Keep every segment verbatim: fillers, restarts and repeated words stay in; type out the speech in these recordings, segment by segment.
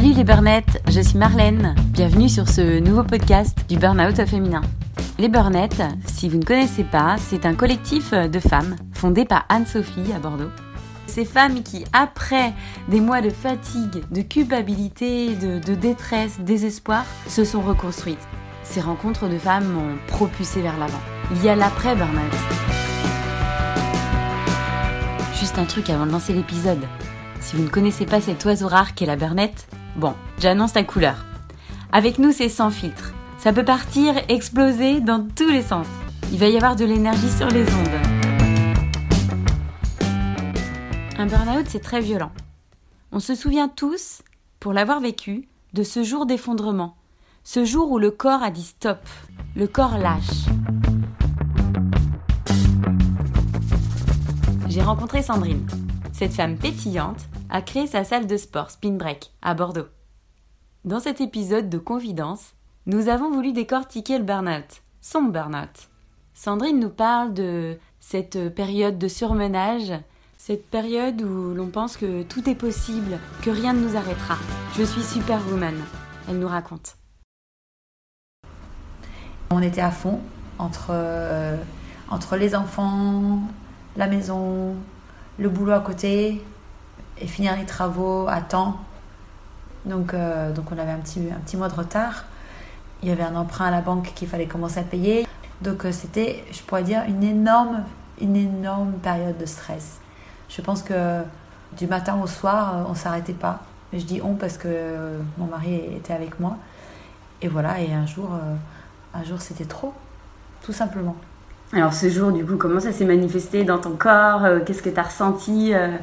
Salut les burnettes, je suis Marlène. Bienvenue sur ce nouveau podcast du Burnout au féminin. Les burnettes, si vous ne connaissez pas, c'est un collectif de femmes fondé par Anne-Sophie à Bordeaux. Ces femmes qui, après des mois de fatigue, de culpabilité, de, de détresse, désespoir, se sont reconstruites. Ces rencontres de femmes m'ont propulsée vers l'avant. Il y a l'après-burnout. Juste un truc avant de lancer l'épisode. Si vous ne connaissez pas cet oiseau rare qu'est la burnette, bon, j'annonce la couleur. Avec nous, c'est sans filtre. Ça peut partir, exploser dans tous les sens. Il va y avoir de l'énergie sur les ondes. Un burn-out, c'est très violent. On se souvient tous, pour l'avoir vécu, de ce jour d'effondrement. Ce jour où le corps a dit stop. Le corps lâche. J'ai rencontré Sandrine. Cette femme pétillante a créé sa salle de sport Spin Break à Bordeaux. Dans cet épisode de Confidence, nous avons voulu décortiquer le burn-out, son burn-out. Sandrine nous parle de cette période de surmenage, cette période où l'on pense que tout est possible, que rien ne nous arrêtera. Je suis superwoman, elle nous raconte. On était à fond entre, euh, entre les enfants, la maison, le boulot à côté et finir les travaux à temps. Donc, euh, donc on avait un petit, un petit mois de retard. Il y avait un emprunt à la banque qu'il fallait commencer à payer. Donc euh, c'était, je pourrais dire, une énorme, une énorme période de stress. Je pense que du matin au soir, on ne s'arrêtait pas. Je dis on parce que euh, mon mari était avec moi. Et voilà, et un jour, euh, un jour c'était trop, tout simplement. Alors ce jour, du coup, comment ça s'est manifesté dans ton corps ? Qu'est-ce que tu as ressenti ? euh...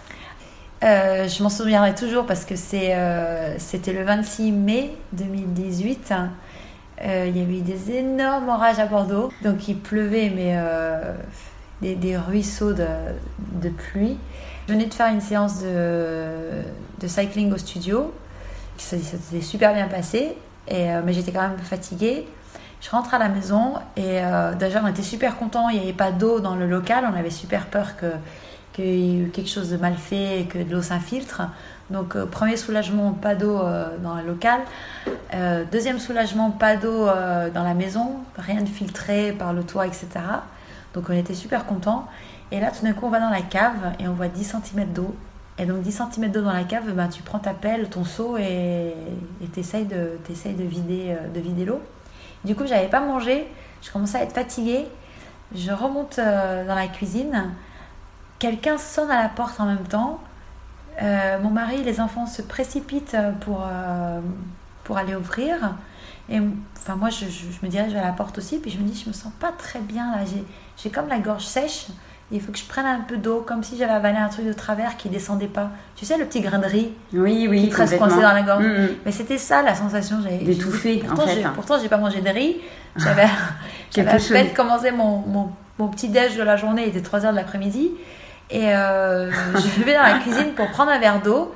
Euh, je m'en souviendrai toujours parce que c'est, euh, c'était le vingt-six mai deux mille dix-huit. Euh, il y avait eu des énormes orages à Bordeaux. Donc il pleuvait, mais euh, des, des ruisseaux de, de pluie. Je venais de faire une séance de, de cycling au studio. Ça, ça s'est super bien passé, et, euh, mais j'étais quand même un peu fatiguée. Je rentre à la maison et euh, déjà on était super contents. Il n'y avait pas d'eau dans le local. On avait super peur que qu'il y ait eu quelque chose de mal fait et que de l'eau s'infiltre. Donc, euh, premier soulagement, pas d'eau euh, dans le local. Euh, deuxième soulagement, pas d'eau euh, dans la maison, rien de filtré par le toit, et cetera. Donc, on était super contents. Et là, tout d'un coup, on va dans la cave et on voit dix centimètres d'eau. Et donc, dix centimètres d'eau dans la cave, ben, tu prends ta pelle, ton seau et tu essayes de, t'essayes de, vider, euh, de vider l'eau. Du coup, je n'avais pas mangé. Je commençais à être fatiguée. Je remonte euh, dans la cuisine. Quelqu'un sonne à la porte en même temps. Euh, mon mari et les enfants se précipitent pour, euh, pour aller ouvrir. Et enfin, moi, je, je, je me dirige vers la porte aussi. Puis je me dis, je me sens pas très bien là. J'ai, j'ai comme la gorge sèche. Et il faut que je prenne un peu d'eau, comme si j'avais avalé un truc de travers qui descendait pas. Tu sais, le petit grain de riz oui, oui, qui te reste coincé dans la gorge. Mmh. Mais c'était ça la sensation. J'avais, d'étouffer, pourtant, en fait. J'ai, pourtant, j'ai pas mangé de riz. J'avais, j'avais à peine commencé mon, mon, mon petit déj de la journée. Il était trois heures de l'après-midi. Et euh, je vais dans la cuisine pour prendre un verre d'eau.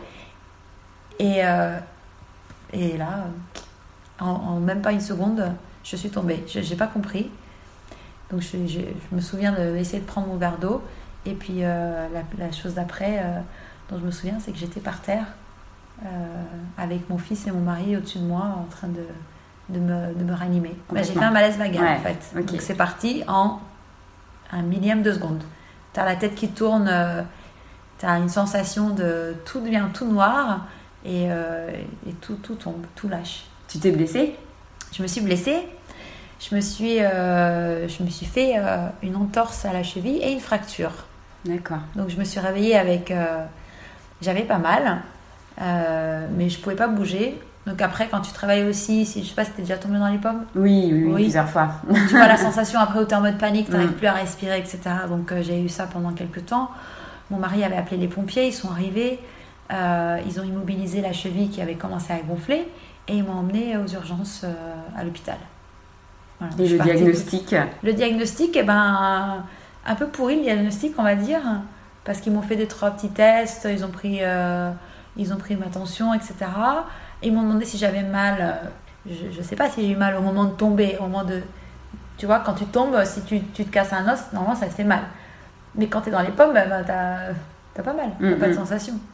Et, euh, et là, en, en même pas une seconde, je suis tombée. Je n'ai pas compris. Donc je, je, je me souviens d'essayer de prendre mon verre d'eau. Et puis euh, la, la chose d'après euh, dont je me souviens, c'est que j'étais par terre euh, avec mon fils et mon mari au-dessus de moi en train de, de, me, de me ranimer. Bah, j'ai fait un malaise vagal ouais, en fait. Okay. Donc c'est parti en un millième de seconde. T'as la tête qui tourne, euh, t'as une sensation de tout devient tout noir et, euh, et tout, tout tombe, tout lâche. Tu t'es blessée ? Je me suis blessée. Je me suis, euh, je me suis fait euh, une entorse à la cheville et une fracture. D'accord. Donc je me suis réveillée avec... Euh, j'avais pas mal, euh, mais je pouvais pas bouger. Donc après, quand tu travailles aussi, si, je sais pas si t'es déjà tombée dans les pommes. Oui, oui, oui, plusieurs fois. Tu vois la sensation après où t'es en mode panique, t'arrives mm. plus à respirer, et cetera. Donc euh, j'ai eu ça pendant quelques temps. Mon mari avait appelé les pompiers, ils sont arrivés. Euh, ils ont immobilisé la cheville qui avait commencé à gonfler et ils m'ont emmenée aux urgences euh, à l'hôpital. Voilà, et le diagnostic Le diagnostic, eh ben, un peu pourri le diagnostic, on va dire, parce qu'ils m'ont fait des trois petits tests, ils ont pris, euh, ils ont pris ma tension, et cetera. Et ils m'ont demandé si j'avais mal. Je ne sais pas si j'ai eu mal au moment de tomber, au moment de... Tu vois, quand tu tombes, si tu, tu te casses un os, normalement, ça te fait mal. Mais quand tu es dans les pommes, ben, tu n'as pas mal, tu n'as mm-hmm. pas de sensation.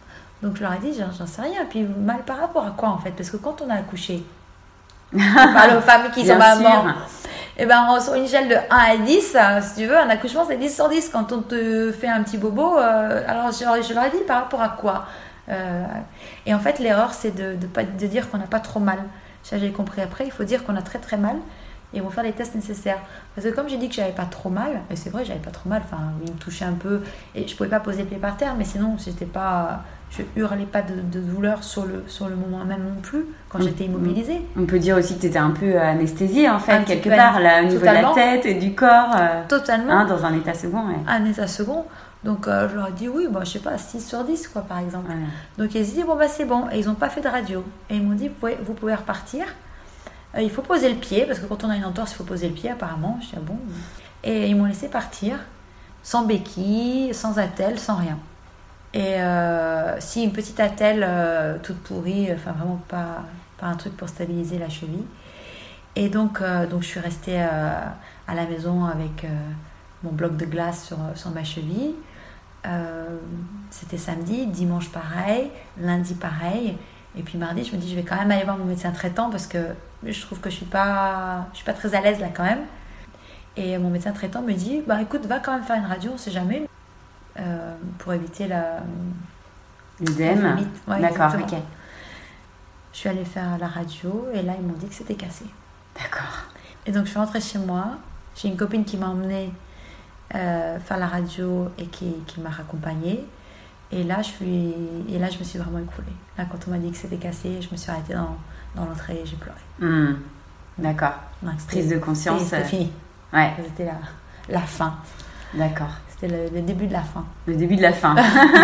Donc je leur ai dit, j'en, j'en sais rien. Puis mal par rapport à quoi en fait? Parce que quand on a accouché, on parle aux femmes qui sont mamans, et ben sur une échelle de un à dix, si tu veux, un accouchement c'est dix sur dix. Quand on te fait un petit bobo, euh, alors je, je leur ai dit par rapport à quoi? euh, Et en fait, l'erreur c'est de, de, pas, de dire qu'on n'a pas trop mal. Ça, j'ai compris après, il faut dire qu'on a très très mal. Et ils vont faire les tests nécessaires. Parce que comme j'ai dit que j'avais pas trop mal, et c'est vrai, j'avais pas trop mal, enfin, ils me touchaient un peu, et je pouvais pas poser le pied par terre, mais sinon, j'étais pas, je hurlais pas de, de douleur sur le, sur le moment même non plus, quand mmh. j'étais immobilisée. On peut dire aussi que tu étais un peu anesthésiée, en fait, un quelque part, là, au niveau totalement. De la tête et du corps. Euh, totalement. Hein, dans un état second, ouais. Un état second. Donc, euh, je leur ai dit, oui, bah, je sais pas, six sur dix, quoi, par exemple. Ouais. Donc, ils se disent, bon, bah, c'est bon. Et ils ont pas fait de radio. Et ils m'ont dit, vous pouvez, vous pouvez repartir. Il faut poser le pied, parce que quand on a une entorse, il faut poser le pied, apparemment. Je dis, ah bon. Et ils m'ont laissé partir, sans béquille, sans attelle, sans rien. Et euh, si, une petite attelle euh, toute pourrie, enfin vraiment pas, pas un truc pour stabiliser la cheville. Et donc, euh, donc je suis restée euh, à la maison avec euh, mon bloc de glace sur, sur ma cheville. Euh, c'était samedi, dimanche pareil, lundi pareil. Et puis mardi, je me dis, je vais quand même aller voir mon médecin traitant parce que je trouve que je suis pas, je suis pas très à l'aise là quand même. Et mon médecin traitant me dit, bah écoute, va quand même faire une radio, on sait jamais, euh, pour éviter la. L'œdème. Ouais, d'accord, exactement. ok. Je suis allée faire la radio et là ils m'ont dit que c'était cassé. D'accord. Et donc je suis rentrée chez moi. J'ai une copine qui m'a emmenée euh, faire la radio et qui, qui m'a raccompagnée. Et là, je suis... et là, je me suis vraiment écroulée. Là, quand on m'a dit que c'était cassé, je me suis arrêtée dans, dans l'entrée et j'ai pleuré. Mmh. D'accord. Donc, prise de conscience. C'était, c'était fini. Ouais. C'était la, la fin. D'accord. C'était le, le début de la fin. Le début de la fin.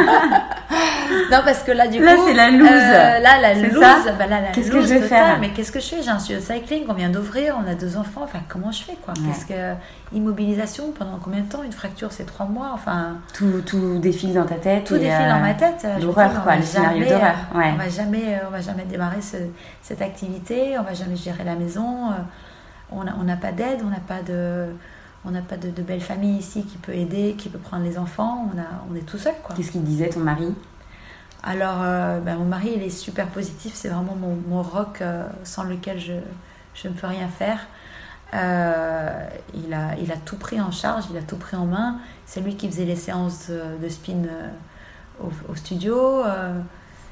Non, parce que là, du là, coup... Là, c'est la loose. Euh, là, la c'est loose. Ça bah, là, la Qu'est-ce loose que je vais totale. faire? Mais qu'est-ce que je fais? J'ai un studio de cycling qu'on vient d'ouvrir. On a deux enfants. Enfin, comment je fais, quoi? Ouais. Qu'est-ce que... Immobilisation, pendant combien de temps? Une fracture, c'est trois mois. Enfin... Tout, tout défile dans ta tête. Tout défile euh, dans ma tête. L'horreur, quoi. Le scénario d'horreur. Ouais. On va jamais, on va jamais démarrer ce, cette activité. On va jamais gérer la maison. On n'a on n'a pas d'aide. On n'a pas de... On n'a pas de, de belle famille ici qui peut aider, qui peut prendre les enfants. On, a, on est tout seul, quoi. Qu'est-ce qu'il disait, ton mari? Alors, euh, ben, mon mari, il est super positif. C'est vraiment mon, mon rock euh, sans lequel je, je ne peux rien faire. Euh, il, a, il a tout pris en charge, il a tout pris en main. C'est lui qui faisait les séances de, de spin euh, au, au studio. Euh,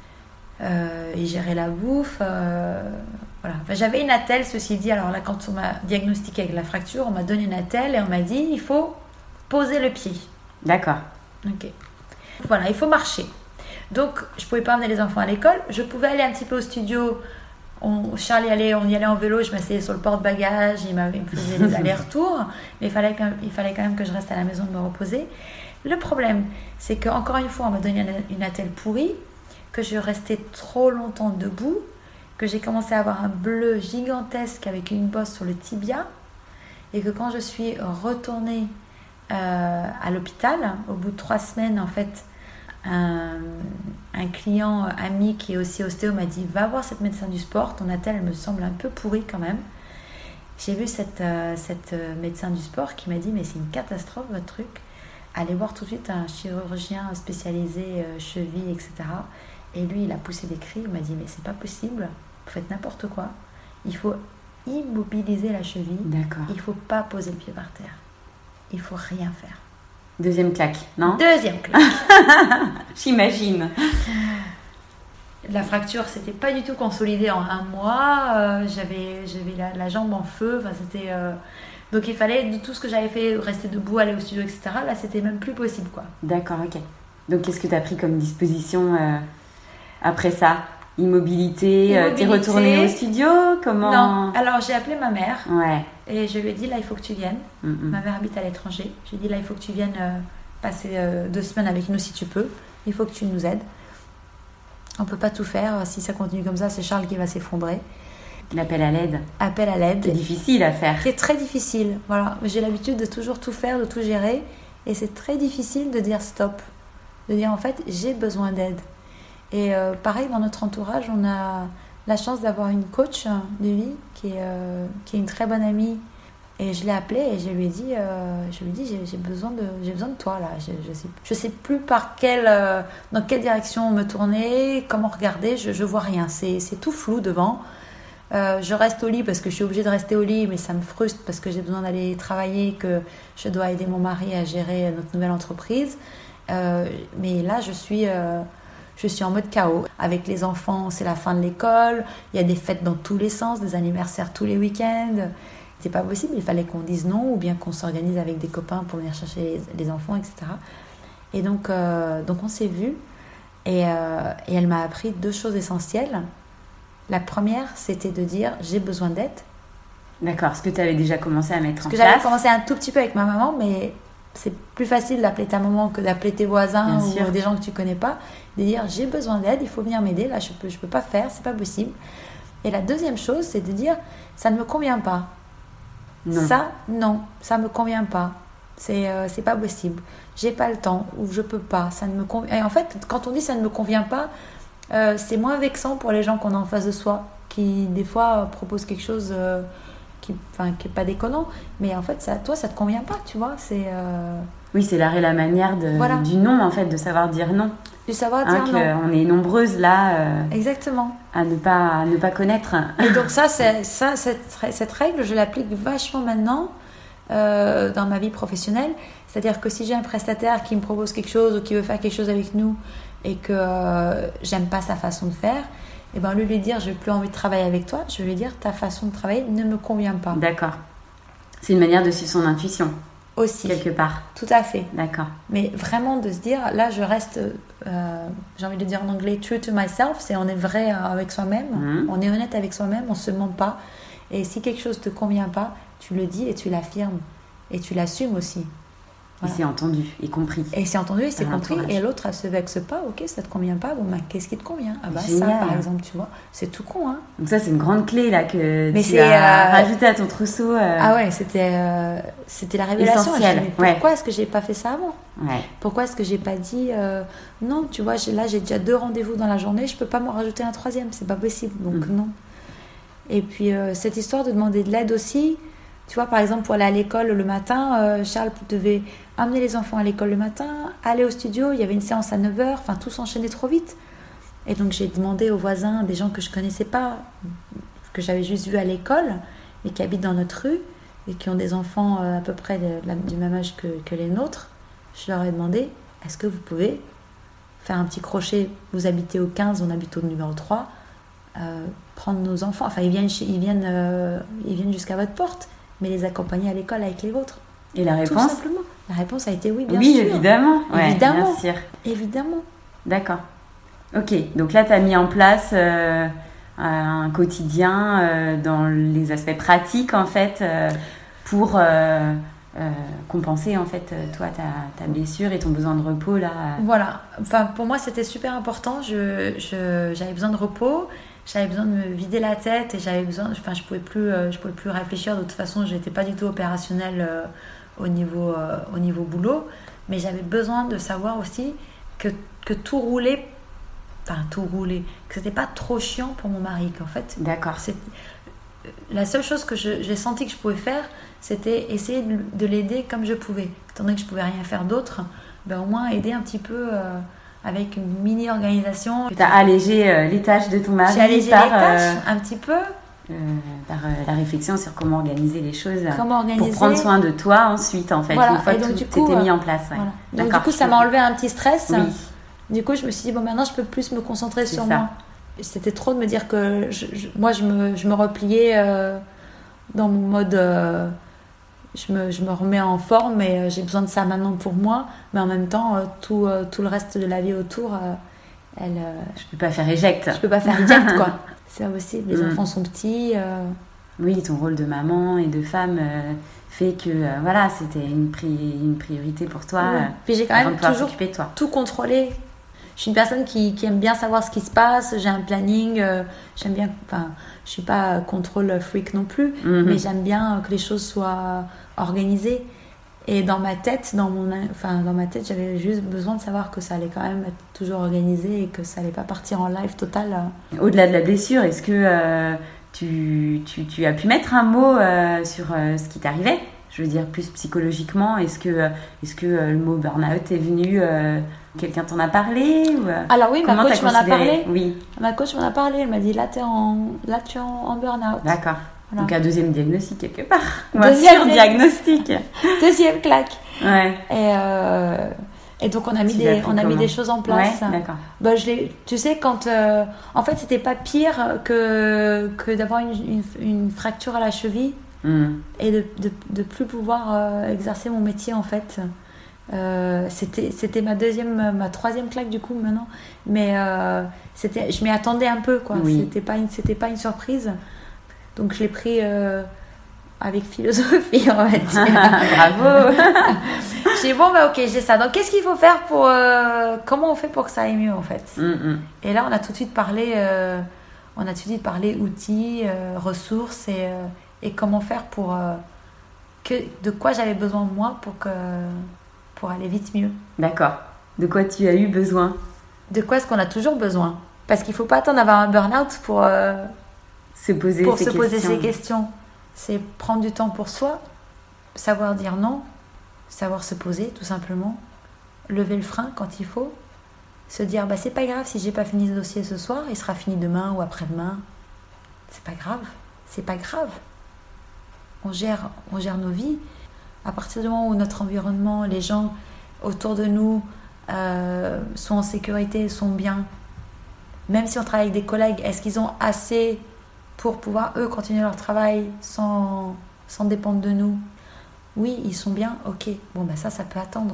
euh, il gérait la bouffe. Euh, voilà. Enfin, j'avais une attelle, ceci dit. Alors là, quand on m'a diagnostiqué avec la fracture, on m'a donné une attelle et on m'a dit il faut poser le pied. D'accord. Ok. Voilà, il faut marcher. Donc, je ne pouvais pas emmener les enfants à l'école. Je pouvais aller un petit peu au studio. On, Charles y allait, on y allait en vélo. Je m'asseyais sur le porte-bagages. Il, il me faisait des allers-retours. Mais il fallait, quand même, il fallait quand même que je reste à la maison de me reposer. Le problème, c'est qu'encore une fois, on m'a donné une attelle pourrie, que je restais trop longtemps debout, que j'ai commencé à avoir un bleu gigantesque avec une bosse sur le tibia, et que quand je suis retournée euh, à l'hôpital, au bout de trois semaines, en fait, un, un client ami qui est aussi ostéo m'a dit va voir cette médecin du sport, ton attelle elle me semble un peu pourrie quand même. J'ai vu cette, euh, cette médecin du sport qui m'a dit mais c'est une catastrophe votre truc, allez voir tout de suite un chirurgien spécialisé euh, cheville, et cetera. Et lui il a poussé des cris, il m'a dit mais c'est pas possible, vous faites n'importe quoi, il faut immobiliser la cheville. D'accord. Il faut pas poser le pied par terre, il faut rien faire. Deuxième claque, non? Deuxième claque. J'imagine. La fracture, c'était pas du tout consolidé en un mois. Euh, j'avais j'avais la, la jambe en feu. Enfin, c'était, euh... donc il fallait, de tout ce que j'avais fait, rester debout, aller au studio, et cetera. Là, c'était même plus possible, quoi. D'accord, ok. Donc, qu'est-ce que tu as pris comme disposition euh, après ça? Immobilité, Immobilité. Euh, t'es retournée au studio? Comment? Non, alors j'ai appelé ma mère. Ouais. Et je lui ai dit, là, il faut que tu viennes. Mm-hmm. Ma mère habite à l'étranger. J'ai dit, là, il faut que tu viennes euh, passer euh, deux semaines avec nous si tu peux. Il faut que tu nous aides. On ne peut pas tout faire. Si ça continue comme ça, c'est Charles qui va s'effondrer. L'appel à l'aide. Appel à l'aide. C'est difficile à faire. C'est très difficile. Voilà. J'ai l'habitude de toujours tout faire, de tout gérer. Et c'est très difficile de dire stop. De dire, en fait, j'ai besoin d'aide. Et euh, pareil, dans notre entourage, on a la chance d'avoir une coach de vie qui est, euh, qui est une très bonne amie Et je l'ai appelé et je lui ai dit, euh, je lui ai dit j'ai, j'ai, besoin de, j'ai besoin de toi là. Je ne sais, je sais plus par quelle, euh, dans quelle direction me tourner, comment regarder, je ne vois rien. C'est, c'est tout flou devant. Euh, je reste au lit parce que je suis obligée de rester au lit, mais ça me frustre parce que j'ai besoin d'aller travailler, que je dois aider mon mari à gérer notre nouvelle entreprise. Euh, mais là, je suis, euh, je suis en mode chaos. Avec les enfants, c'est la fin de l'école. Il y a des fêtes dans tous les sens, des anniversaires tous les week-ends. C'est pas possible. Il fallait qu'on dise non ou bien qu'on s'organise avec des copains pour venir chercher les, les enfants, et cetera. Et donc, euh, donc on s'est vus et, euh, et elle m'a appris deux choses essentielles. La première, c'était de dire j'ai besoin d'aide. D'accord, ce que tu avais déjà commencé à mettre Parce en que place. j'avais commencé un tout petit peu avec ma maman, mais c'est plus facile d'appeler ta maman que d'appeler tes voisins Bien ou sûr. des gens que tu connais pas. De dire j'ai besoin d'aide, il faut venir m'aider, là je peux, je peux pas faire, c'est pas possible. Et la deuxième chose, c'est de dire ça ne me convient pas. Non. Ça, non, ça me convient pas. C'est, euh, c'est pas possible. J'ai pas le temps ou je peux pas. Ça ne me convient. Et en fait, quand on dit ça ne me convient pas, euh, c'est moins vexant pour les gens qu'on a en face de soi, qui des fois euh, proposent quelque chose euh, qui, enfin, qui est pas déconnant. Mais en fait, ça, toi, ça te convient pas, tu vois. C'est euh... Oui, c'est l'art et la manière de, Voilà. du non, en fait, de savoir dire non. du savoir Hein, dire non. on est nombreuses là euh, Exactement. à ne pas, à ne pas connaître. Et donc ça, c'est, ça cette, cette règle, je l'applique vachement maintenant euh, dans ma vie professionnelle. C'est-à-dire que si j'ai un prestataire qui me propose quelque chose ou qui veut faire quelque chose avec nous et que euh, j'aime pas sa façon de faire, et ben, au lieu de lui dire j'ai plus envie de travailler avec toi, je vais lui dire ta façon de travailler ne me convient pas. D'accord. C'est une manière de suivre son intuition, Aussi. quelque part. Tout à fait. D'accord. Mais vraiment de se dire, là je reste, euh, j'ai envie de dire en anglais, true to myself, c'est on est vrai avec soi-même, Mmh. on est honnête avec soi-même, on se ment pas. Et si quelque chose te convient pas, tu le dis et tu l'affirmes. Et tu l'assumes aussi. Voilà. Et c'est entendu et compris. Et c'est entendu et c'est Par compris. l'entourage. Et l'autre, elle se vexe pas. Ok, ça te convient pas. Bon, ben, qu'est-ce qui te convient? Ah bah Génial. ça, par exemple, tu vois. C'est tout con, hein. Donc ça, c'est une grande clé là que Mais tu c'est, as euh, rajoutée à ton trousseau. euh, Ah ouais, c'était, euh, c'était la révélation. Essentiel, Je me dis, mais pourquoi ouais. est-ce que j'ai pas fait ça avant? Ouais. Pourquoi est-ce que j'ai pas dit euh, non, tu vois, j'ai, là j'ai déjà deux rendez-vous dans la journée, je peux pas m'en rajouter un troisième, c'est pas possible, donc Mm. non. Et puis euh, cette histoire de demander de l'aide aussi, tu vois, par exemple pour aller à l'école le matin, euh, Charles devait amener les enfants à l'école le matin, aller au studio, il y avait une séance à neuf heures, enfin tout s'enchaînait trop vite. Et donc j'ai demandé aux voisins, des gens que je connaissais pas, que j'avais juste vus à l'école, et qui habitent dans notre rue, et qui ont des enfants euh, à peu près de, de la- du même âge que, que les nôtres, je leur ai demandé, est-ce que vous pouvez faire un petit crochet, vous habitez au quinze, on habite au numéro trois, euh, prendre nos enfants, enfin ils viennent, chez, ils viennent, euh, ils viennent jusqu'à votre porte, mais les accompagner à l'école avec les vôtres. Et la Tout réponse? simplement. La réponse a été oui, bien Oui, sûr. évidemment. Ouais, Évidemment. bien sûr. Évidemment. D'accord. Ok, donc là, tu as mis en place euh, un quotidien euh, dans les aspects pratiques, en fait, euh, pour euh, euh, compenser, en fait, euh, toi, ta, ta blessure et ton besoin de repos, là. Voilà. Enfin, pour moi, c'était super important. Je, je, j'avais besoin de repos. J'avais besoin de me vider la tête et j'avais besoin. Enfin, je pouvais plus, euh, je pouvais plus réfléchir. De toute façon, j'étais pas du tout opérationnelle euh, au niveau, euh, au niveau boulot. Mais j'avais besoin de savoir aussi que, que tout roulait. Enfin, tout roulait. Que c'était pas trop chiant pour mon mari. Qu'en fait, D'accord. c'est la seule chose que je, j'ai senti que je pouvais faire, c'était essayer de, de l'aider comme je pouvais. Étant donné que je pouvais rien faire d'autre, ben au moins aider un petit peu euh, avec une mini organisation. Tu as allégé euh, les tâches de ton mari J'ai allégé par, les tâches euh, un petit peu. euh, par euh, la réflexion sur comment organiser les choses Comment organiser. pour prendre soin de toi ensuite, en fait, Voilà. une fois Et que donc, tout du coup, était mis euh, en place. Ouais. Voilà. Donc D'accord, du coup, je ça m'a comprends. enlevé un petit stress. Oui. Du coup, je me suis dit, bon, maintenant, je peux plus me concentrer C'est sur ça. moi. C'était trop de me dire que je, je- moi, je me, je me repliais euh, dans mon mode... euh, je, me, je me remets en forme et euh, j'ai besoin de ça maintenant pour moi. Mais en même temps, euh, tout, euh, tout le reste de la vie autour, euh, elle, euh, Je peux pas faire éjecte. je peux pas faire direct, quoi. C'est impossible. Les Mm. enfants sont petits. euh, Oui, ton rôle de maman et de femme euh, fait que euh, voilà, c'était une, pri- une priorité pour toi. ouais. euh, Puis j'ai quand avant de même pouvoir toujours s'occuper de toi. tout contrôler. Je suis une personne qui, qui aime bien savoir ce qui se passe. J'ai un planning. euh, j'aime bien. Enfin, je suis pas contrôle freak non plus, Mhm. mais j'aime bien que les choses soient organisées. Et dans ma tête, dans mon, enfin, dans ma tête, j'avais juste besoin de savoir que ça allait quand même être toujours organisé et que ça allait pas partir en live total. Au-delà de la blessure, est-ce que euh, tu, tu, tu as pu mettre un mot euh, sur euh, ce qui t'arrivait? Je veux dire, plus psychologiquement, est-ce que, euh, est-ce que euh, le mot burn-out est venu euh, quelqu'un t'en a parlé ou, euh, Alors oui, ma coach m'en a parlé. Oui. Ma coach m'en a parlé. Elle m'a dit là, t'es en, là tu es en, en burn-out. D'accord. Voilà. Donc un deuxième diagnostic quelque part. Ou deuxième un diagnostic. Deuxième claque. Ouais. Et, euh, et donc on a mis tu des, on a mis des choses en place. Ouais, d'accord. Bah, je l'ai, tu sais, quand euh, en fait c'était pas pire que que d'avoir une, une, une fracture à la cheville. Mmh. Et de, de, de plus pouvoir euh, exercer mon métier en fait. Euh, c'était, c'était ma deuxième, ma troisième claque du coup maintenant. Mais euh, c'était, je m'y attendais un peu quoi. Oui. C'était pas une, c'était pas une surprise. Donc je l'ai pris euh, avec philosophie on va dire. Bravo. J'ai dit bon bah ok j'ai ça. Donc qu'est-ce qu'il faut faire pour, euh, comment on fait pour que ça aille mieux en fait. Mmh. Et là on a tout de suite parlé, euh, on a tout de suite parlé outils, euh, ressources et euh, et comment faire pour euh, que, de quoi j'avais besoin de moi pour, que, pour aller vite mieux. D'accord. De quoi tu as eu besoin? De quoi est-ce qu'on a toujours besoin? Parce qu'il ne faut pas attendre d'avoir un burn-out pour, euh, se poser, pour ces, se questions. poser ces questions. C'est prendre du temps pour soi, savoir dire non, savoir se poser tout simplement, lever le frein quand il faut, se dire bah, c'est pas grave si j'ai pas fini ce dossier ce soir, il sera fini demain ou après-demain. C'est pas grave, c'est pas grave. On gère, on gère nos vies. À partir du moment où notre environnement, les gens autour de nous euh, sont en sécurité, sont bien, même si on travaille avec des collègues, est-ce qu'ils ont assez pour pouvoir, eux, continuer leur travail sans, sans dépendre de nous? Oui, ils sont bien, ok. Bon, ben ça, ça peut attendre.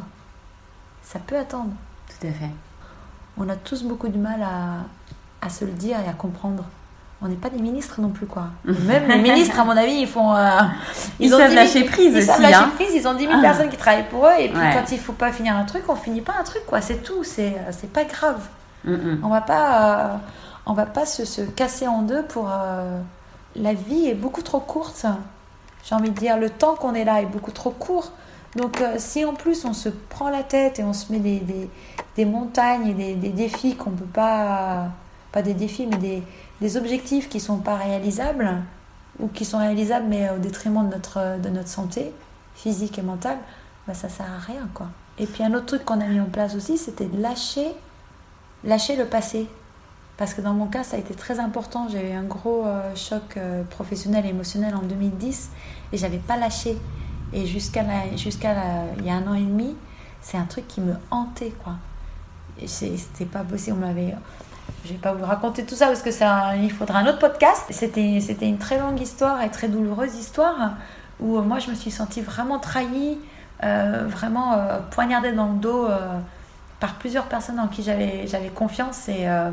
Ça peut attendre. Tout à fait. On a tous beaucoup de mal à, à se le dire et à comprendre. On n'est pas des ministres non plus, quoi. Même les ministres, à mon avis, ils font... Euh, ils, ils ont savent lâcher prise ils aussi. Ils savent lâcher hein. prise, ils ont dix mille ah. personnes qui travaillent pour eux. Et puis, ouais. quand il ne faut pas finir un truc, on ne finit pas un truc, quoi. C'est tout, c'est, c'est pas grave. Mm-mm. On ne va pas, euh, on va pas se, se casser en deux pour... Euh, la vie est beaucoup trop courte. J'ai envie de dire, le temps qu'on est là est beaucoup trop court. Donc, euh, si en plus, on se prend la tête et on se met des, des, des montagnes et des, des défis qu'on ne peut pas... Pas des défis, mais des... des objectifs qui ne sont pas réalisables ou qui sont réalisables mais au détriment de notre, de notre santé physique et mentale, bah ça ne sert à rien, quoi. Et puis un autre truc qu'on a mis en place aussi, c'était de lâcher, lâcher le passé. Parce que dans mon cas, ça a été très important. J'ai eu un gros euh, choc euh, professionnel et émotionnel en deux mille dix et je n'avais pas lâché. Et jusqu'à, la, jusqu'à la, il y a un an et demi, c'est un truc qui me hantait, quoi. Et c'est, c'était pas possible, on m'avait... Je ne vais pas vous raconter tout ça parce que c'est un, il faudra un autre podcast. C'était, c'était une très longue histoire et très douloureuse histoire où euh, moi je me suis sentie vraiment trahie, euh, vraiment euh, poignardée dans le dos euh, par plusieurs personnes en qui j'avais, j'avais confiance et, euh,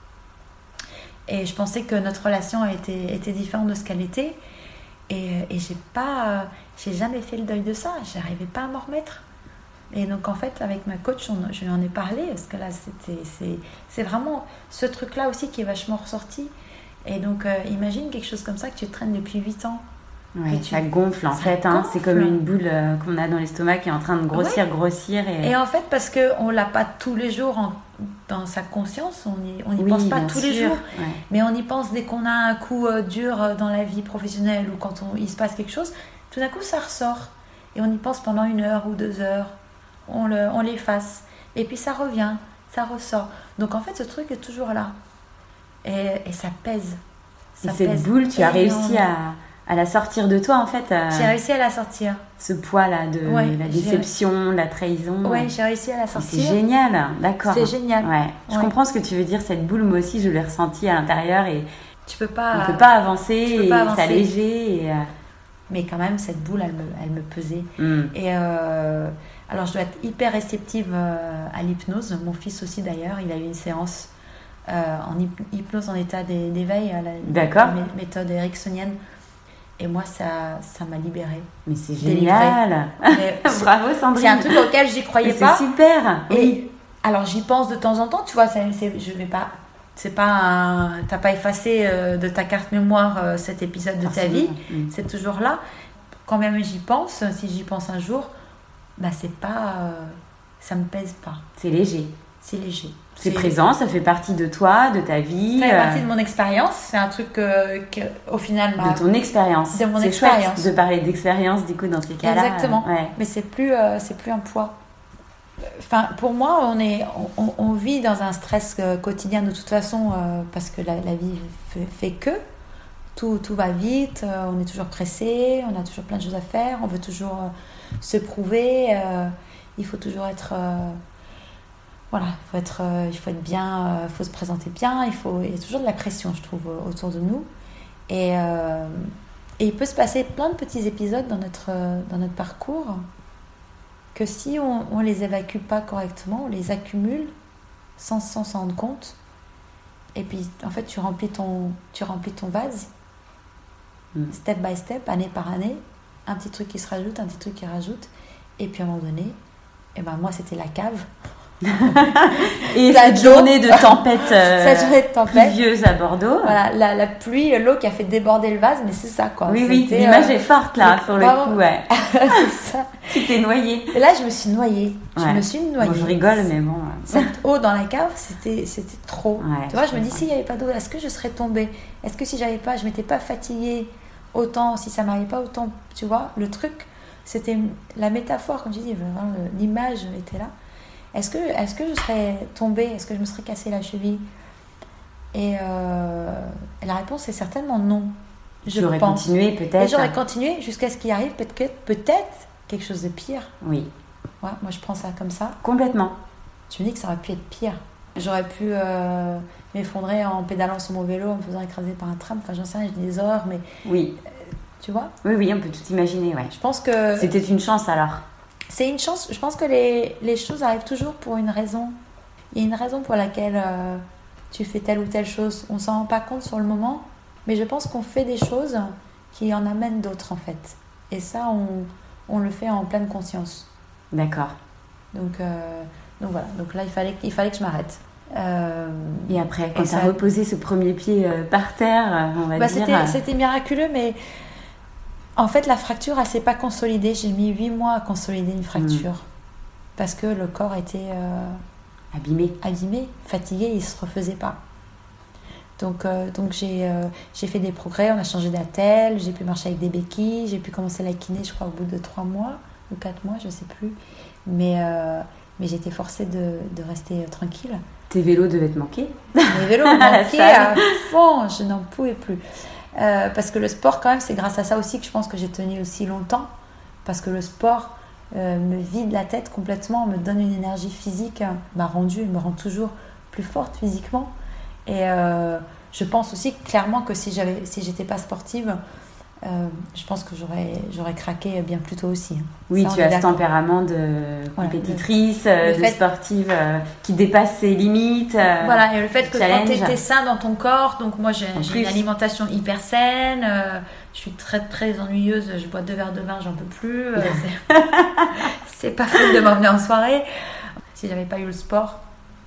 et je pensais que notre relation était, était différente de ce qu'elle était et, et j'ai pas, euh, j'ai jamais fait le deuil de ça, j'arrivais pas à m'en remettre. Et donc en fait avec ma coach on, je lui en ai parlé parce que là c'était, c'est, c'est vraiment ce truc là aussi qui est vachement ressorti et donc euh, imagine quelque chose comme ça que tu traînes depuis huit ans. Ouais, tu... ça gonfle en ça fait gonfle. Hein, c'est comme une boule euh, qu'on a dans l'estomac qui est en train de grossir, ouais. grossir et... et en fait parce qu'on ne l'a pas tous les jours en, dans sa conscience, on n'y on y oui, pense pas tous sûr. les jours ouais. mais on y pense dès qu'on a un coup euh, dur dans la vie professionnelle ou quand on, il se passe quelque chose, tout d'un coup ça ressort et on y pense pendant une heure ou deux heures. On, le, on l'efface et puis ça revient, ça ressort. Donc en fait ce truc est toujours là et, et ça pèse. Ça et cette pèse boule, tu as réussi à, à la sortir de toi en fait. À... J'ai réussi à la sortir. Ce poids-là de ouais, la déception, la trahison. Oui, j'ai réussi à la sortir. C'est génial, d'accord. C'est génial. Ouais. Je ouais. comprends ce que tu veux dire. Cette boule, moi aussi, je l'ai ressentie à l'intérieur et tu peux pas. On peut pas avancer peux et pas avancer. s'alléger. Et... Mais quand même, cette boule, elle me, elle me pesait. Mm. Et euh, alors, je dois être hyper réceptive euh, à l'hypnose. Mon fils aussi, d'ailleurs, il a eu une séance euh, en hypnose en état d'éveil, à la, D'accord. la méthode ericksonienne. Et moi, ça, ça m'a libérée. Mais c'est génial. Mais bravo, Sandrine. C'est un truc auquel j'y croyais c'est pas. C'est super. Et oui. Alors, j'y pense de temps en temps. Tu vois, c'est, c'est, je vais pas... C'est pas un, t'as pas effacé euh, de ta carte mémoire euh, cet épisode de ta vie. Mmh. C'est toujours là. Quand même j'y pense, si j'y pense un jour, bah c'est pas, euh, ça me pèse pas. C'est léger. c'est léger. C'est, c'est présent, ça fait partie de toi, de ta vie. Ça fait euh... partie de mon expérience. C'est un truc euh, que, au final, m'a... de ton expérience. De mon c'est expérience. Chouette de parler d'expérience du coup dans ces cas-là. Exactement. Euh, ouais. Mais c'est plus, euh, c'est plus un poids. Enfin, pour moi, on est, on, on vit dans un stress euh, quotidien de toute façon euh, parce que la, la vie fait, fait que tout, tout va vite. Euh, on est toujours pressé, on a toujours plein de choses à faire, on veut toujours euh, se prouver. Euh, il faut toujours être euh, Voilà, il faut être, euh, il faut être bien, il euh, faut se présenter bien, il, faut, il y a toujours de la pression, je trouve, autour de nous. Et, euh, et il peut se passer plein de petits épisodes dans notre, euh, dans notre parcours que si on ne les évacue pas correctement, on les accumule sans, sans s'en rendre compte. Et puis, en fait, tu remplis ton, tu remplis ton vase, mm. step by step, année par année, un petit truc qui se rajoute, un petit truc qui rajoute. Et puis, à un moment donné, eh ben, moi, c'était la cave. Et cette journée de tempête, euh, cette journée de tempête pluvieuse à Bordeaux. Voilà, la, la pluie, l'eau qui a fait déborder le vase, mais c'est ça quoi. Oui, C'était, oui, l'image euh, est forte là, sur le coup, ouais. C'est ça. Tu t'es noyée. Et là, je me suis noyée. Ouais. Je me suis noyée. Bon, je rigole, mais bon. Cette eau dans la cave, c'était, c'était trop. Ouais, tu vois, je, je me dis, s'il n'y avait pas d'eau, est-ce que je serais tombée? Est-ce que si j'avais pas, je m'étais pas fatiguée autant, si ça m'arrivait pas autant, tu vois, le truc, c'était la métaphore, comme je dis, l'image était là. Est-ce que, est-ce que je serais tombée? Est-ce que je me serais cassé la cheville? Et euh, la réponse est certainement non. Je j'aurais pense. continué peut-être. Et j'aurais continué jusqu'à ce qu'il arrive peut-être, peut-être quelque chose de pire. Oui. Ouais, moi je prends ça comme ça. Complètement. Tu me dis que ça aurait pu être pire. J'aurais pu euh, m'effondrer en pédalant sur mon vélo, en me faisant écraser par un tram. Enfin, j'en sais rien, je dis des horreurs, mais... Oui. Euh, tu vois? Oui, oui, on peut tout imaginer, ouais. Je pense que... C'était une chance alors. C'est une chance. Je pense que les, les choses arrivent toujours pour une raison. Il y a une raison pour laquelle euh, tu fais telle ou telle chose. On ne s'en rend pas compte sur le moment, mais je pense qu'on fait des choses qui en amènent d'autres en fait. Et ça, on, on le fait en pleine conscience. D'accord. Donc, euh, donc voilà. Donc là, il fallait, il fallait que je m'arrête. Euh, et après, quand tu as ça... reposé ce premier pied euh, par terre, on va bah, dire... C'était, euh... c'était miraculeux, mais... En fait, la fracture, elle ne s'est pas consolidée. J'ai mis huit mois à consolider une fracture. Mmh. Parce que le corps était... Euh, abîmé. Abîmé, fatigué, il ne se refaisait pas. Donc, euh, donc j'ai, euh, j'ai fait des progrès, on a changé d'attelle, j'ai pu marcher avec des béquilles, j'ai pu commencer la kiné, je crois, au bout de trois mois ou quatre mois, je ne sais plus. Mais, euh, mais j'étais forcée de, de rester euh, tranquille. Tes vélos devaient te manquer. Mes vélos me manquaient à fond, je n'en pouvais plus. Euh, parce que le sport, quand même, c'est grâce à ça aussi que je pense que j'ai tenu aussi longtemps. Parce que le sport euh, me vide la tête complètement, me donne une énergie physique, m'a rendue, me rend toujours plus forte physiquement. Et euh, je pense aussi clairement que si, j'avais, si j'étais pas sportive, euh, je pense que j'aurais, j'aurais craqué bien plus tôt aussi. Oui, ça, tu as ce tempérament de compétitrice, voilà, le, le de fait... sportive euh, qui dépasse ses limites. Euh, voilà, et le fait que challenge. Quand tu étais sain dans ton corps, donc moi j'ai, j'ai une alimentation hyper saine, euh, je suis très très ennuyeuse, je bois deux verres de vin, j'en peux plus. Euh, c'est... c'est pas fun de m'emmener en soirée. Si j'avais pas eu le sport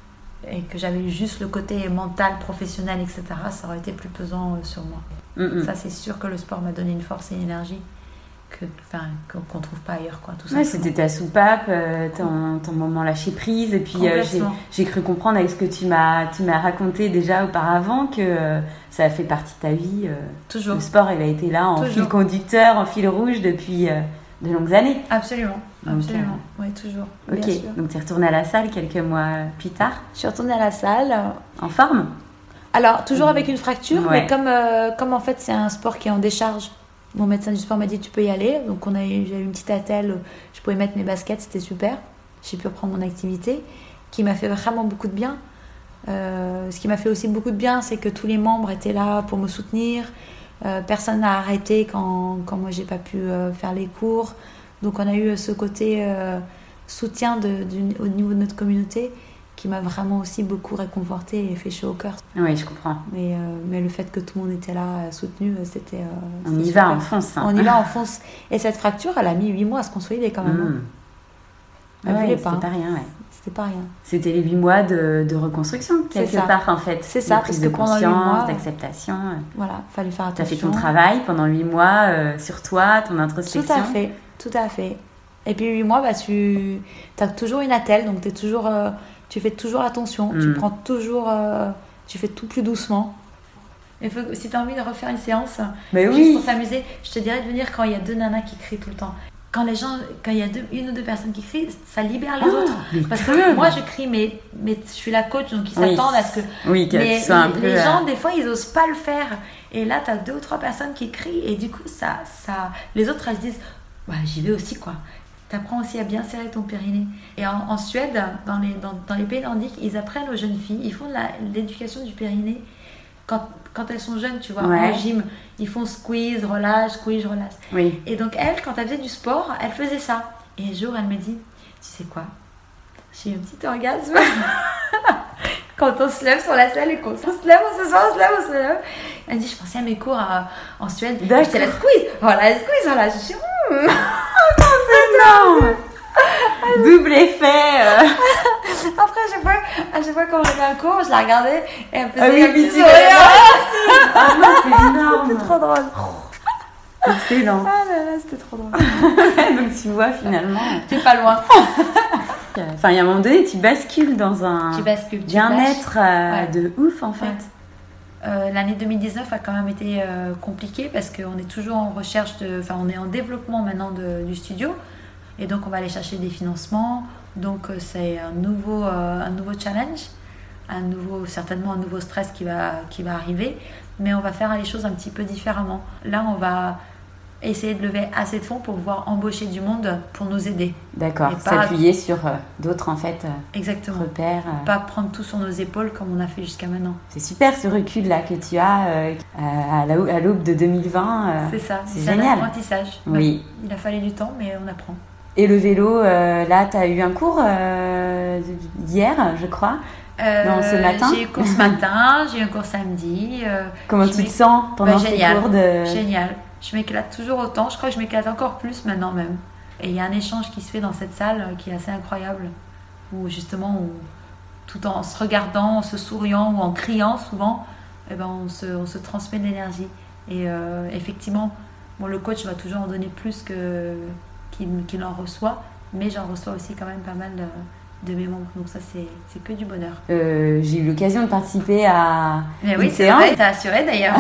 et que j'avais eu juste le côté mental, professionnel, et cetera, ça aurait été plus pesant euh, sur moi. Mm-hmm. Ça, c'est sûr que le sport m'a donné une force et une énergie que, enfin, qu'on ne trouve pas ailleurs, quoi, tout ouais, c'était ta soupape, euh, ton, ton moment lâcher prise. Et puis, euh, j'ai, j'ai cru comprendre avec ce que tu m'as, tu m'as raconté déjà auparavant que euh, ça a fait partie de ta vie. Euh, Toujours. Le sport, il a été là en toujours. Fil conducteur, en fil rouge depuis euh, de longues années. Absolument. Donc, absolument. Euh... Oui, toujours. Ok, bien sûr. Donc tu es retournée à la salle quelques mois plus tard. Je suis retournée à la salle. En forme? Alors, toujours avec une fracture, ouais. mais comme, euh, comme en fait c'est un sport qui est en décharge, mon médecin du sport m'a dit tu peux y aller. Donc on a eu, j'ai eu une petite attelle, je pouvais mettre mes baskets, c'était super. J'ai pu reprendre mon activité, qui m'a fait vraiment beaucoup de bien. Euh, ce qui m'a fait aussi beaucoup de bien, c'est que tous les membres étaient là pour me soutenir. Euh, personne n'a arrêté quand, quand moi j'ai pas pu euh, faire les cours. Donc on a eu ce côté euh, soutien de, du, au niveau de notre communauté, qui m'a vraiment aussi beaucoup réconfortée et fait chaud au cœur. Oui, je comprends. Mais, euh, mais le fait que tout le monde était là, soutenu, c'était... Euh, on c'était y super. va, on fonce. Hein. On y va, on fonce. Et cette fracture, elle a mis huit mois à se consolider quand même. Mmh. Elle ouais, voulait pas. C'était pas rien, ouais. C'était pas rien. C'était les huit mois de, de reconstruction, quelque part, en fait. C'est ça, prise parce de que pendant huit mois... d'acceptation. Voilà, fallait faire attention. Tu as fait ton travail pendant huit mois euh, sur toi, ton introspection. Tout à fait, tout à fait. Et puis huit mois, bah, tu as toujours une attelle, donc tu es toujours... Euh, tu fais toujours attention, Mm. tu prends toujours, euh, tu fais tout plus doucement. Il faut, si tu as envie de refaire une séance, Mais juste oui. pour t'amuser, je te dirais de venir quand il y a deux nanas qui crient tout le temps. Quand les gens, quand il y a deux, une ou deux personnes qui crient, ça libère les Oh, autres. mais Parce grave. que moi, je crie, mais, mais je suis la coach, donc ils Oui. s'attendent à ce que. Oui, que Mais tu sois un les, peu. les euh, gens, des fois, ils osent pas le faire. Et là, tu as deux ou trois personnes qui crient, et du coup, ça, ça, les autres, elles se disent, ouais, j'y vais aussi, quoi. Tu apprends aussi à bien serrer ton périnée. Et en, en Suède, dans les, dans, dans les pays nordiques, ils apprennent aux jeunes filles, ils font de la, l'éducation du périnée quand, quand elles sont jeunes, tu vois, Ouais. en gym. Ils font squeeze, relâche, squeeze, relâche. Oui. Et donc, elle, quand elle faisait du sport, elle faisait ça. Et un jour, elle me dit, tu sais quoi, j'ai eu un petit orgasme. Quand on se lève sur la selle et qu'on se lève, on se soit, on se lève, on se lève. Elle me dit, je pensais à mes cours à- en Suède. D'accord. J'étais la squeeze. Voilà, la squeeze, voilà. Je suis, hmm. Non. Double effet. euh. Après, à chaque fois, à chaque fois quand j'avais un cours, je la regardais et elle me faisait Ah oui, un puis petit tu sourire. Ah non, c'est énorme. C'était trop drôle. Excellent. Ah là là, c'était trop drôle. Donc tu vois finalement. T'es pas loin. Enfin, il y a un moment donné, tu bascules dans un Tu bascules. tu bien-être euh, Ouais. de ouf en fait. Ouais. Euh, l'année deux mille dix-neuf a quand même été euh, compliquée parce qu'on est toujours en recherche de, enfin on est en développement maintenant de- du studio et donc on va aller chercher des financements. Donc euh, c'est un nouveau, euh, un nouveau challenge, un nouveau, certainement un nouveau stress qui va, qui va arriver, mais on va faire les choses un petit peu différemment. Là on va essayer de lever assez de fonds pour pouvoir embaucher du monde pour nous aider. D'accord, Et pas- s'appuyer sur euh, d'autres en fait euh, Exactement. repères. euh. Pas prendre tout sur nos épaules comme on a fait jusqu'à maintenant. C'est super ce recul là que tu as euh, à la- à l'aube de deux mille vingt. euh. C'est ça, c'est c'est un génial. apprentissage. Oui. Il a fallu du temps, mais on apprend. Et le vélo, euh, là, tu as eu un cours euh, hier, je crois. Non, ce matin. J'ai eu cours ce matin, j'ai eu un cours samedi. euh, Comment je tu m'éc- te sens pendant Bah, ces génial. cours de... Génial. Je m'éclate toujours autant. Je crois que je m'éclate encore plus maintenant même. Et il y a un échange qui se fait dans cette salle euh, qui est assez incroyable. Où justement, où, tout en se regardant, en se souriant ou en criant souvent, eh ben, on, se, on se transmet de l'énergie. Et euh, effectivement, bon, le coach va toujours en donner plus que, qu'il, qu'il en reçoit. Mais j'en reçois aussi quand même pas mal de, de mes membres. Donc ça, c'est, c'est que du bonheur. Euh, j'ai eu l'occasion de participer à Mais une oui, c'est séance. vrai, t'as assuré d'ailleurs.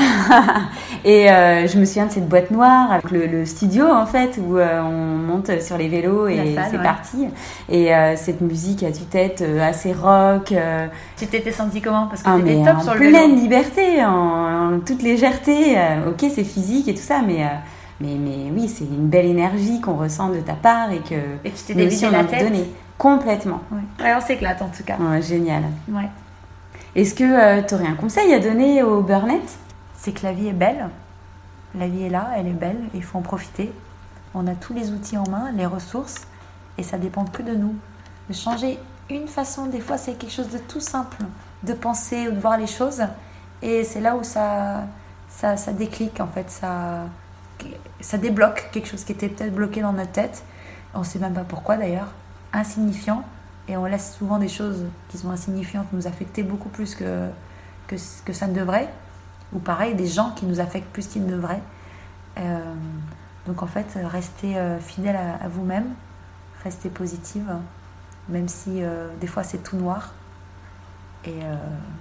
Et euh, je me souviens de cette boîte noire avec le, le studio en fait où euh, on monte sur les vélos et La salle, c'est ouais. parti. Et euh, cette musique à tue-tête euh, assez rock, euh, Tu t'étais senti comment? Parce que ah, t'étais mais top en sur le pleine vélo. liberté, en, en toute légèreté. Euh, ok, c'est physique et tout ça, mais, euh, mais, mais oui, c'est une belle énergie qu'on ressent de ta part et que Et tu t'es nous aussi dévidé on la a tête. donné complètement. Ouais. Ouais, on s'éclate en tout cas. Ouais, génial. Ouais. Est-ce que tu aurais un conseil à donner aux burnettes? C'est que la vie est belle. La vie est là, elle est belle, il faut en profiter. On a tous les outils en main, les ressources, et ça dépend que de nous. De changer une façon, des fois c'est quelque chose de tout simple, de penser ou de voir les choses, et c'est là où ça, ça, ça déclic en fait, ça, ça débloque quelque chose qui était peut-être bloqué dans notre tête. On ne sait même pas pourquoi d'ailleurs, insignifiant, et on laisse souvent des choses qui sont insignifiantes nous affecter beaucoup plus que, que, que ça ne devrait. Ou pareil, des gens qui nous affectent plus qu'ils ne devraient. Euh, donc en fait, restez euh, fidèle à, à vous-même, restez positive, même si euh, des fois c'est tout noir. Et, euh,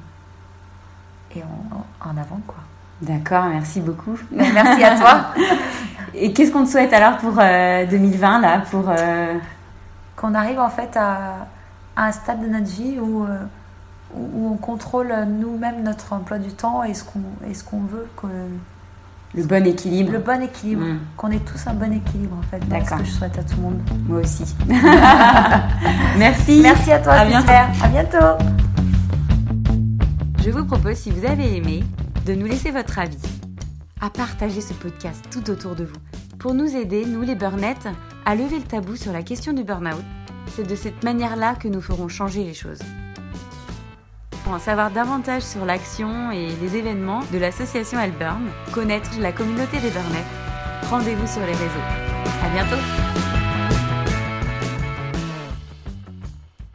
et en, en avant, quoi. D'accord, merci beaucoup. Merci à toi. Et qu'est-ce qu'on te souhaite alors pour euh, deux mille vingt là, pour euh... Qu'on arrive en fait à, à un stade de notre vie où... Euh, où on contrôle nous-mêmes notre emploi du temps et ce qu'on, et ce qu'on veut, que, le bon équilibre. le bon équilibre, Mm. qu'on ait tous un bon équilibre en fait. Voilà ce D'accord. que je souhaite à tout le monde. Moi aussi. Merci. Merci à toi, À bientôt. Esther. À bientôt. Je vous propose, si vous avez aimé, de nous laisser votre avis, à partager ce podcast tout autour de vous, pour nous aider, nous les burnettes, à lever le tabou sur la question du burn-out. C'est de cette manière-là que nous ferons changer les choses. Pour en savoir davantage sur l'action et les événements de l'association Helburn, connaître la communauté des burnettes, rendez-vous sur les réseaux. À bientôt!